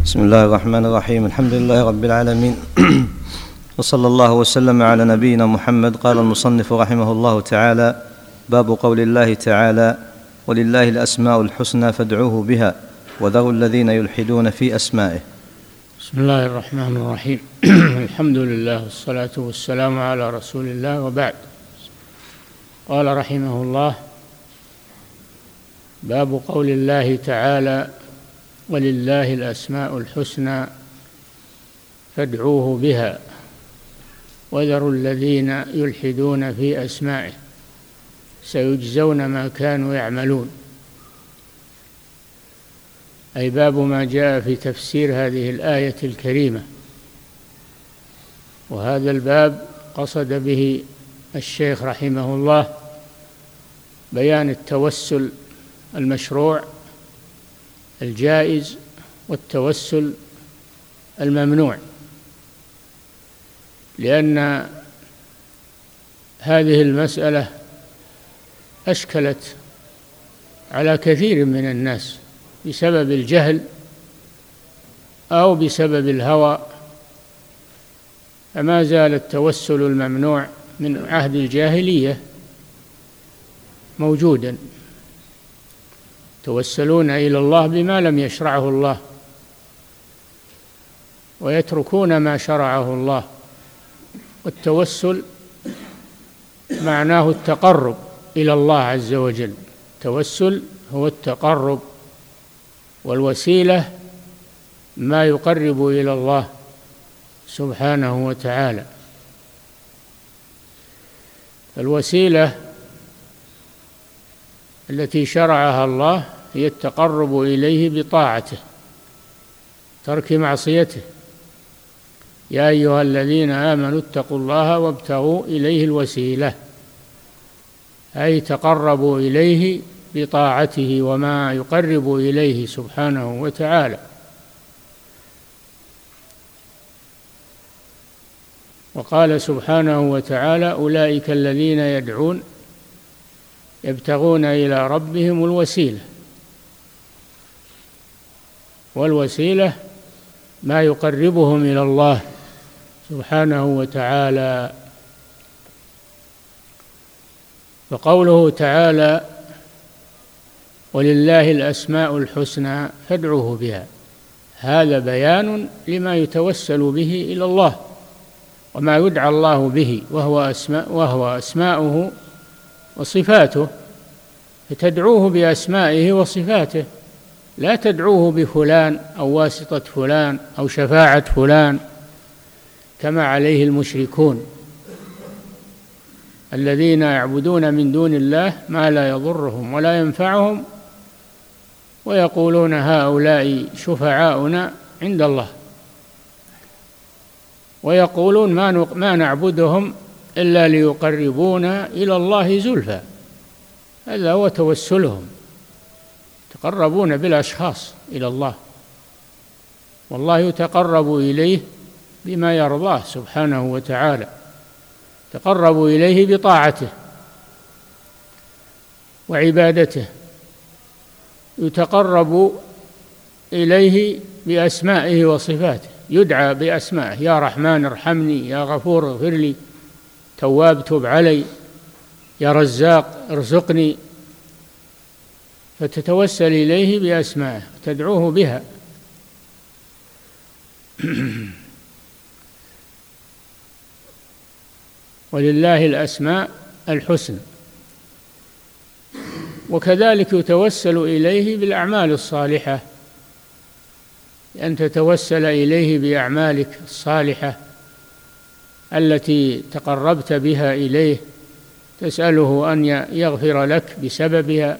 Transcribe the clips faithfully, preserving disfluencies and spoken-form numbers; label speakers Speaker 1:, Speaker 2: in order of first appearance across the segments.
Speaker 1: بسم الله الرحمن الرحيم. الحمد لله رب العالمين وصلى الله وسلم على نبينا محمد. قال المصنف رحمه الله تعالى: باب قول الله تعالى: ولله الأسماء الحسنى فادعوه بها وذروا الذين يلحدون في أسمائه.
Speaker 2: بسم الله الرحمن الرحيم. الحمد لله والصلاة والسلام على رسول الله، وبعد. قال رحمه الله: باب قول الله تعالى: ولله الأسماء الحسنى فادعوه بها وذروا الذين يلحدون في أسمائه سيجزون ما كانوا يعملون. أي باب ما جاء في تفسير هذه الآية الكريمة. وهذا الباب قصد به الشيخ رحمه الله بيان التوسل المشروع الجائز والتوسل الممنوع، لأن هذه المسألة أشكلت على كثير من الناس بسبب الجهل أو بسبب الهوى، فما زال التوسل الممنوع من عهد الجاهلية موجودا، توسلون إلى الله بما لم يشرعه الله ويتركون ما شرعه الله. والتوسل معناه التقرب إلى الله عز وجل. التوسل هو التقرب، والوسيلة ما يقرب إلى الله سبحانه وتعالى. الوسيلة التي شرعها الله هي التقرب إليه بطاعته، ترك معصيته. يا أيها الذين آمنوا اتقوا الله وابتغوا إليه الوسيلة، أي تقربوا إليه بطاعته وما يقرب إليه سبحانه وتعالى. وقال سبحانه وتعالى: أولئك الذين يدعون يبتغون إلى ربهم الوسيلة. والوسيلة ما يقربهم إلى الله سبحانه وتعالى. وقوله تعالى: ولله الأسماء الحسنى فادعوه بها، هذا بيان لما يتوسل به إلى الله وما يدعى الله به، وهو أسماء وهو أسماؤه وصفاته، فتدعوه بأسمائه وصفاته، لا تدعوه بفلان أو واسطة فلان أو شفاعة فلان كما عليه المشركون الذين يعبدون من دون الله ما لا يضرهم ولا ينفعهم ويقولون هؤلاء شفعاؤنا عند الله، ويقولون ما نعبدهم إلا ليقربونا إلى الله زلفى. هذا هو توسلهم، يتقربون بالأشخاص إلى الله، والله يتقرب إليه بما يرضاه سبحانه وتعالى. تقربوا إليه بطاعته وعبادته، يتقرب إليه بأسمائه وصفاته، يدعى بأسمائه: يا رحمن ارحمني، يا غفور اغفر لي، تواب تب علي، يا رزاق ارزقني. فتتوسل إليه بأسمائه تدعوه بها. ولله الأسماء الحسنى. وكذلك يتوسل إليه بالأعمال الصالحة، أن تتوسل إليه بأعمالك الصالحة التي تقربت بها إليه، تسأله أن يغفر لك بسببها،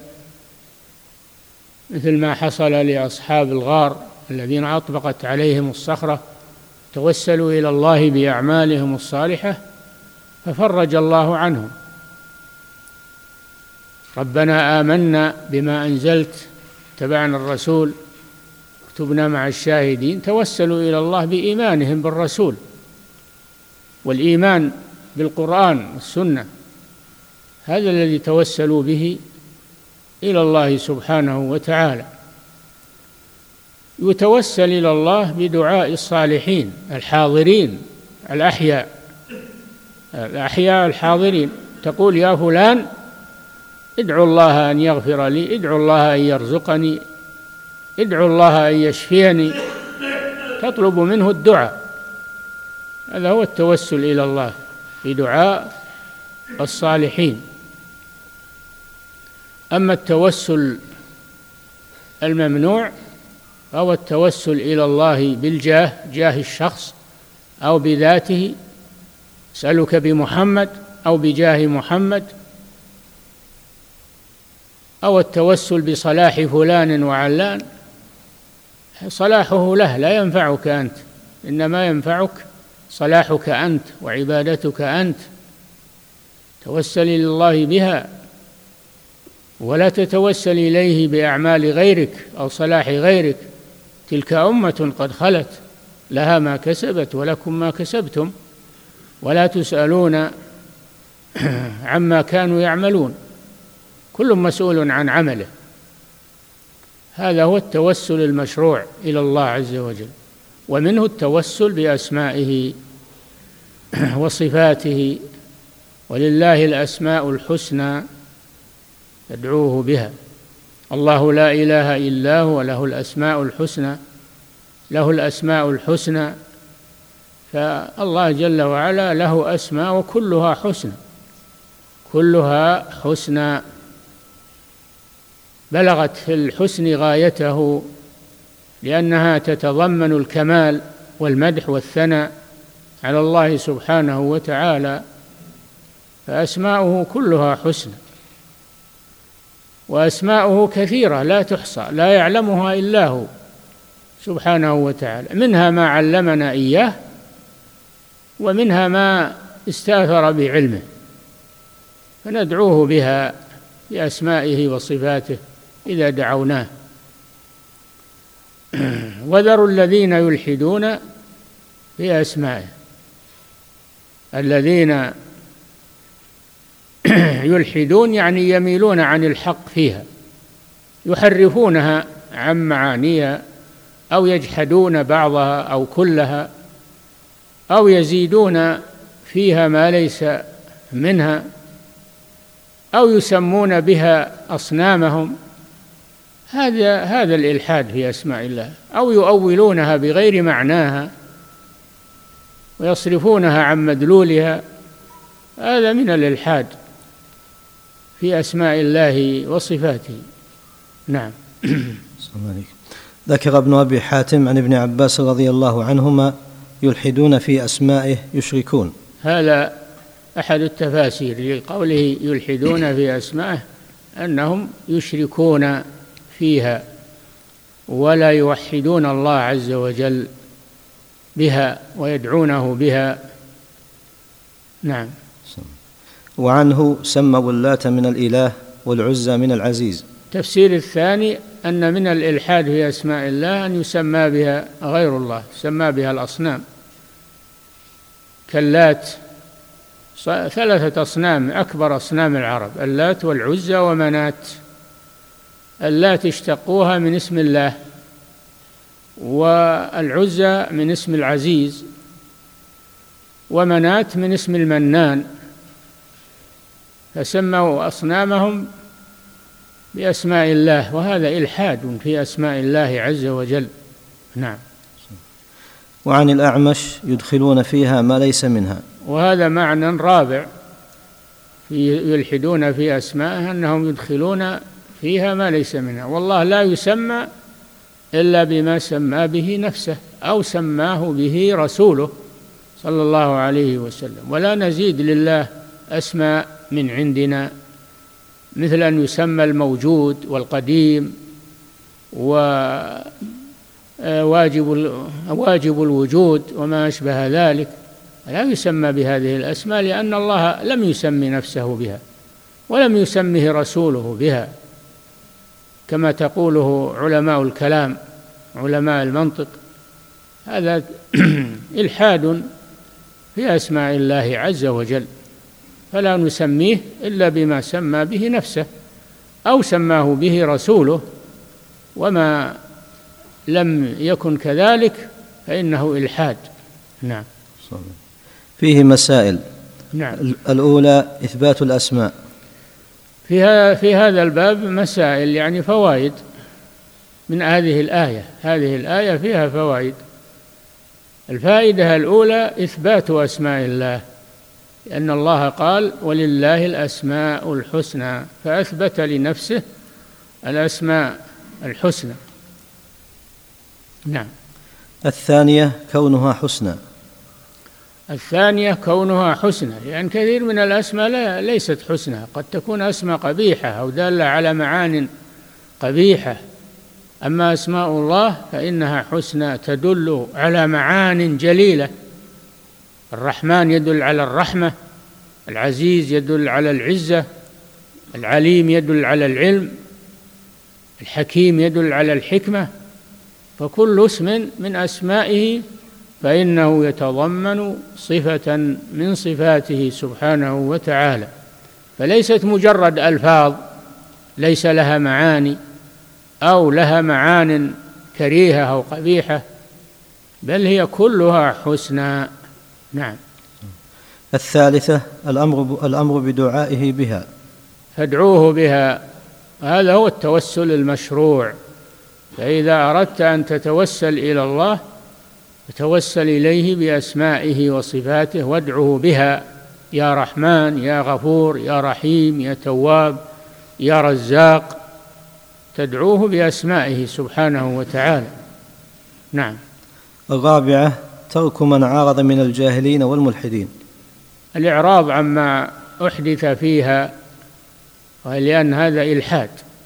Speaker 2: مثل ما حصل لأصحاب الغار الذين أطبقت عليهم الصخرة، توسلوا إلى الله بأعمالهم الصالحة ففرج الله عنهم. ربنا آمنا بما أنزلت، اتبعنا الرسول، اكتبنا مع الشاهدين. توسلوا إلى الله بإيمانهم بالرسول والإيمان بالقرآن والسنة، هذا الذي توسلوا به إلى الله سبحانه وتعالى. يتوسل إلى الله بدعاء الصالحين الحاضرين الأحياء الأحياء الحاضرين، تقول يا فلان ادعو الله أن يغفر لي، ادعو الله أن يرزقني، ادعو الله أن يشفيني، تطلب منه الدعاء. هذا هو التوسل إلى الله بدعاء الصالحين. أما التوسل الممنوع فهو التوسل إلى الله بالجاه، جاه الشخص أو بذاته، أسألك بمحمد أو بجاه محمد، أو التوسل بصلاح فلان وعلان، صلاحه له لا ينفعك أنت، إنما ينفعك صلاحك أنت وعبادتك أنت، توسل إلى الله بها، ولا تتوسل إليه بأعمال غيرك أو صلاح غيرك. تلك أمة قد خلت لها ما كسبت ولكم ما كسبتم ولا تسألون عما كانوا يعملون، كل مسؤول عن عمله. هذا هو التوسل المشروع إلى الله عز وجل، ومنه التوسل بأسمائه وصفاته، ولله الأسماء الحسنى فادعوه بها. الله لا إله إلا هو له الأسماء الحسنى، له الأسماء الحسنى، فالله جل وعلا له أسماء وكلها حسنى، كلها حسنى، بلغت في الحسن غايته، لأنها تتضمن الكمال والمدح والثناء على الله سبحانه وتعالى، فأسماؤه كلها حسنى، وأسماؤه كثيرة لا تحصى، لا يعلمها إلا هو سبحانه وتعالى، منها ما علمنا إياه ومنها ما استأثر بعلمه، فندعوه بها بأسمائه وصفاته إذا دعوناه. وذروا الذين يلحدون في أسمائه، الذين يلحدون يعني يميلون عن الحق فيها، يحرفونها عن معانيها، أو يجحدون بعضها أو كلها، أو يزيدون فيها ما ليس منها، أو يسمون بها أصنامهم، هذا هذا الإلحاد في أسماء الله، أو يؤولونها بغير معناها ويصرفونها عن مدلولها، هذا من الإلحاد في أسماء الله وصفاته. نعم.
Speaker 1: ذكر ابن أبي حاتم عن ابن عباس رضي الله عنهما يلحدون في أسمائه يشركون.
Speaker 2: هذا أحد التفاسير لقوله يلحدون في أسمائه، أنهم يشركون فيها ولا يوحدون الله عز وجل بها ويدعونه بها. نعم.
Speaker 1: وعنه سموا اللات من الإله والعزى من العزيز.
Speaker 2: تفسير الثاني أن من الإلحاد في أسماء الله أن يسمى بها غير الله، يسمى بها الأصنام كاللات، ثلاثة أصنام أكبر أصنام العرب، اللات والعزى ومنات. اللات اشتقوها من اسم الله، والعزى من اسم العزيز، ومنات من اسم المنان، فسموا أصنامهم بأسماء الله، وهذا إلحاد في أسماء الله عز وجل. نعم.
Speaker 1: وعن الأعمش يدخلون فيها ما ليس منها،
Speaker 2: وهذا معنى رابع في يلحدون في أسمائه، أنهم يدخلون فيها ما ليس منها، والله لا يسمى إلا بما سمى به نفسه أو سماه به رسوله صلى الله عليه وسلم، ولا نزيد لله أسماء من عندنا، مثل أن يسمى الموجود والقديم وواجب واجب الوجود وما أشبه ذلك، لا يسمى بهذه الأسماء، لأن الله لم يسمي نفسه بها ولم يسمه رسوله بها، كما تقوله علماء الكلام علماء المنطق. هذا إلحاد في أسماء الله عز وجل، فلا نسميه إلا بما سمى به نفسه أو سماه به رسوله، وما لم يكن كذلك فإنه إلحاد. نعم.
Speaker 1: فيه مسائل.
Speaker 2: نعم.
Speaker 1: الأولى إثبات الأسماء.
Speaker 2: فيها في هذا الباب مسائل يعني فوائد من هذه الآية. هذه الآية فيها فوائد. الفائدة الأولى إثبات أسماء الله، لأن الله قال ولله الأسماء الحسنى، فأثبت لنفسه الأسماء الحسنى. نعم.
Speaker 1: الثانية كونها حسنى.
Speaker 2: الثانية كونها حسنى، لأن يعني كثير من الأسماء لا ليست حسنى، قد تكون أسماء قبيحة أو دالة على معان قبيحة، أما أسماء الله فإنها حسنى تدل على معان جليلة. الرحمن يدل على الرحمة، العزيز يدل على العزة، العليم يدل على العلم، الحكيم يدل على الحكمة، فكل اسم من أسمائه فإنه يتضمن صفة من صفاته سبحانه وتعالى، فليست مجرد ألفاظ ليس لها معاني أو لها معان كريهة أو قبيحة، بل هي كلها حسنى. نعم.
Speaker 1: الثالثة الأمر الأمر بدعائه بها،
Speaker 2: فادعوه بها، هذا هو التوسل المشروع. فإذا أردت أن تتوسل إلى الله فتوسل إليه بأسمائه وصفاته وادعه بها، يا رحمن يا غفور يا رحيم يا تواب يا رزاق، تدعوه بأسمائه سبحانه وتعالى. نعم.
Speaker 1: الرابعة ترك من عارض من الجاهلين والملحدين.
Speaker 2: الإعراض عما أحدث فيها، لأن هذا إلحاد،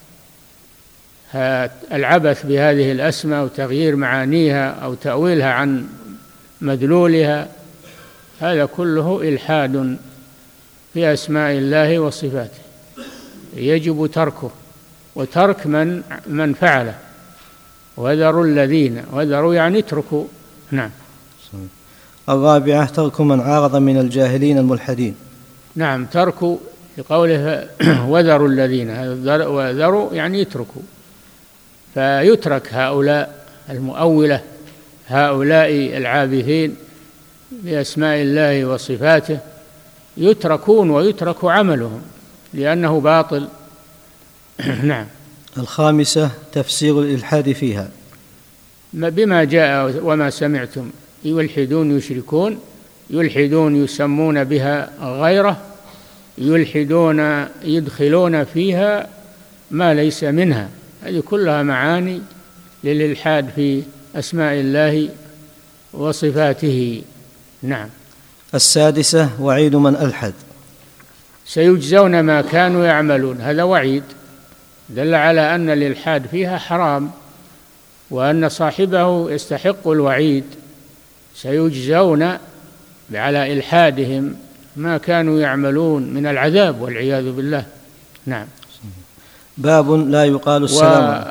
Speaker 2: العبث بهذه الأسماء وتغيير معانيها أو تأويلها عن مدلولها، هذا كله إلحاد في أسماء الله وصفاته، يجب تركه وترك من من فعله. وذروا الذين، وذروا يعني اتركوا. نعم.
Speaker 1: الرابعة ترك من عارض من الجاهلين الملحدين.
Speaker 2: نعم، ترك لقوله وذروا الذين، وذروا يعني يتركوا، فيترك هؤلاء المؤولة، هؤلاء العابثين بأسماء الله وصفاته، يتركون ويترك عملهم لأنه باطل. نعم.
Speaker 1: الخامسة تفسير الإلحاد فيها،
Speaker 2: بما جاء وما سمعتم يلحدون يشركون، يلحدون يسمون بها غيره، يلحدون يدخلون فيها ما ليس منها، هذه كلها معاني للإلحاد في أسماء الله وصفاته. نعم.
Speaker 1: السادسة وعيد من ألحد،
Speaker 2: سيجزون ما كانوا يعملون، هذا وعيد دل على أن الإلحاد فيها حرام وأن صاحبه يستحق الوعيد، سيجزون على إلحادهم ما كانوا يعملون من العذاب والعياذ بالله. نعم.
Speaker 1: باب لا يقال السلام.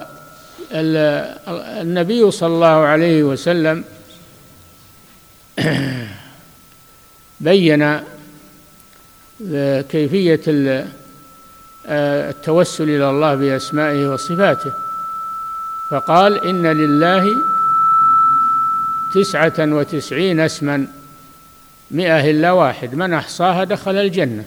Speaker 2: النبي صلى الله عليه وسلم بين كيفية التوسل إلى الله بأسمائه وصفاته، فقال إن لله تسعة وتسعين اسما مئة إلا واحد، من أحصاها دخل الجنة.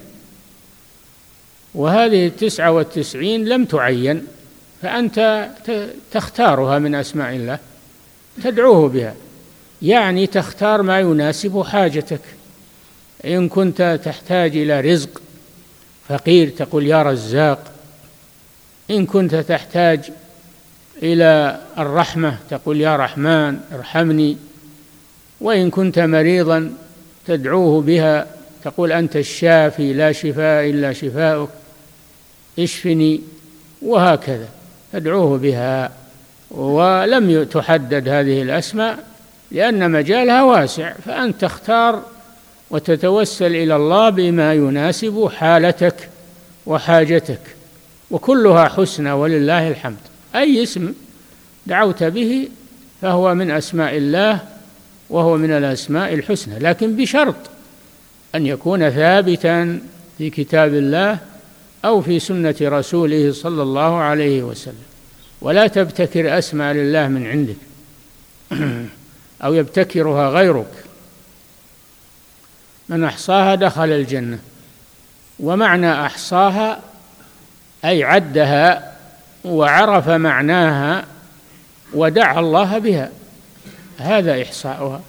Speaker 2: وهذه التسعة والتسعين لم تعين، فأنت تختارها من أسماء الله تدعوه بها، يعني تختار ما يناسب حاجتك. إن كنت تحتاج إلى رزق فقير تقول يا رزاق، إن كنت تحتاج إلى الرحمة تقول يا رحمن ارحمني، وإن كنت مريضا تدعوه بها تقول أنت الشافي لا شفاء إلا شفاؤك اشفني، وهكذا تدعوه بها. ولم تحدد هذه الأسماء لأن مجالها واسع، فأنت تختار وتتوسل إلى الله بما يناسب حالتك وحاجتك، وكلها حسنى ولله الحمد. أي اسم دعوت به فهو من أسماء الله وهو من الأسماء الحسنى، لكن بشرط أن يكون ثابتا في كتاب الله أو في سنة رسوله صلى الله عليه وسلم، ولا تبتكر أسماء لله من عندك. أو يبتكرها غيرك. من أحصاها دخل الجنة. ومعنى أحصاها أي عدها وعرف معناها ودعا الله بها، هذا إحصاؤها.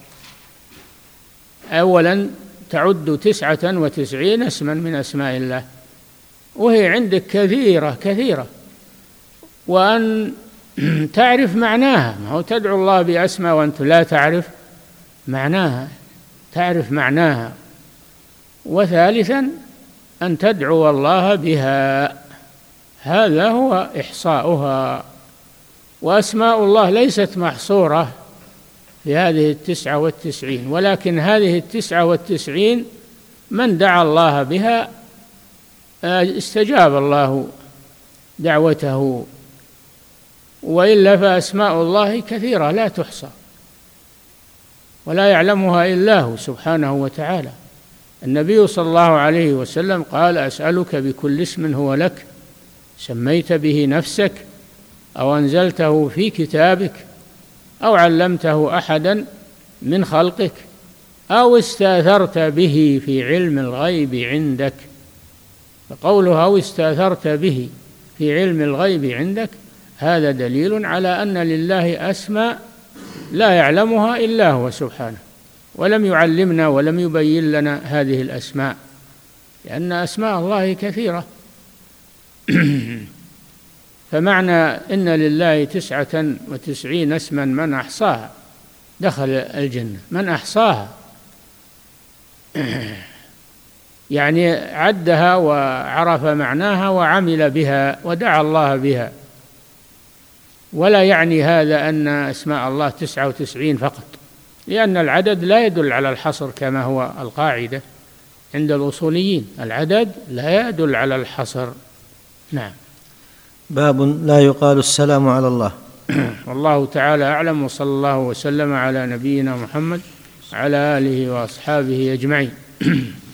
Speaker 2: أولا تعد تسعة وتسعين اسما من أسماء الله، وهي عندك كثيرة كثيرة، وأن تعرف معناها. ما هو تدعو الله بأسماء وأنت لا تعرف معناها، تعرف معناها. وثالثا أن تدعو الله بها، هذا هو إحصاؤها. وأسماء الله ليست محصورة في هذه التسعة والتسعين، ولكن هذه التسعة والتسعين من دعا الله بها استجاب الله دعوته، وإلا فأسماء الله كثيرة لا تحصى ولا يعلمها إلا هو سبحانه وتعالى. النبي صلى الله عليه وسلم قال: أسألك بكل اسم هو لك سميت به نفسك أو أنزلته في كتابك أو علمته أحدا من خلقك أو استأثرت به في علم الغيب عندك. فقولها أو استأثرت به في علم الغيب عندك هذا دليل على أن لله أسماء لا يعلمها إلا هو سبحانه، ولم يعلمنا ولم يبين لنا هذه الأسماء، لأن أسماء الله كثيرة. فمعنى إن لله تسعة وتسعين اسما من أحصاها دخل الجنة. من أحصاها يعني عدها وعرف معناها وعمل بها ودعا الله بها. ولا يعني هذا أن أسماء الله تسعة وتسعين فقط، لأن العدد لا يدل على الحصر كما هو القاعدة عند الأصوليين، العدد لا يدل على الحصر. نعم.
Speaker 1: باب لا يقال السلام على الله.
Speaker 2: والله تعالى أعلم، وصلى الله وسلم على نبينا محمد على آله وأصحابه أجمعين.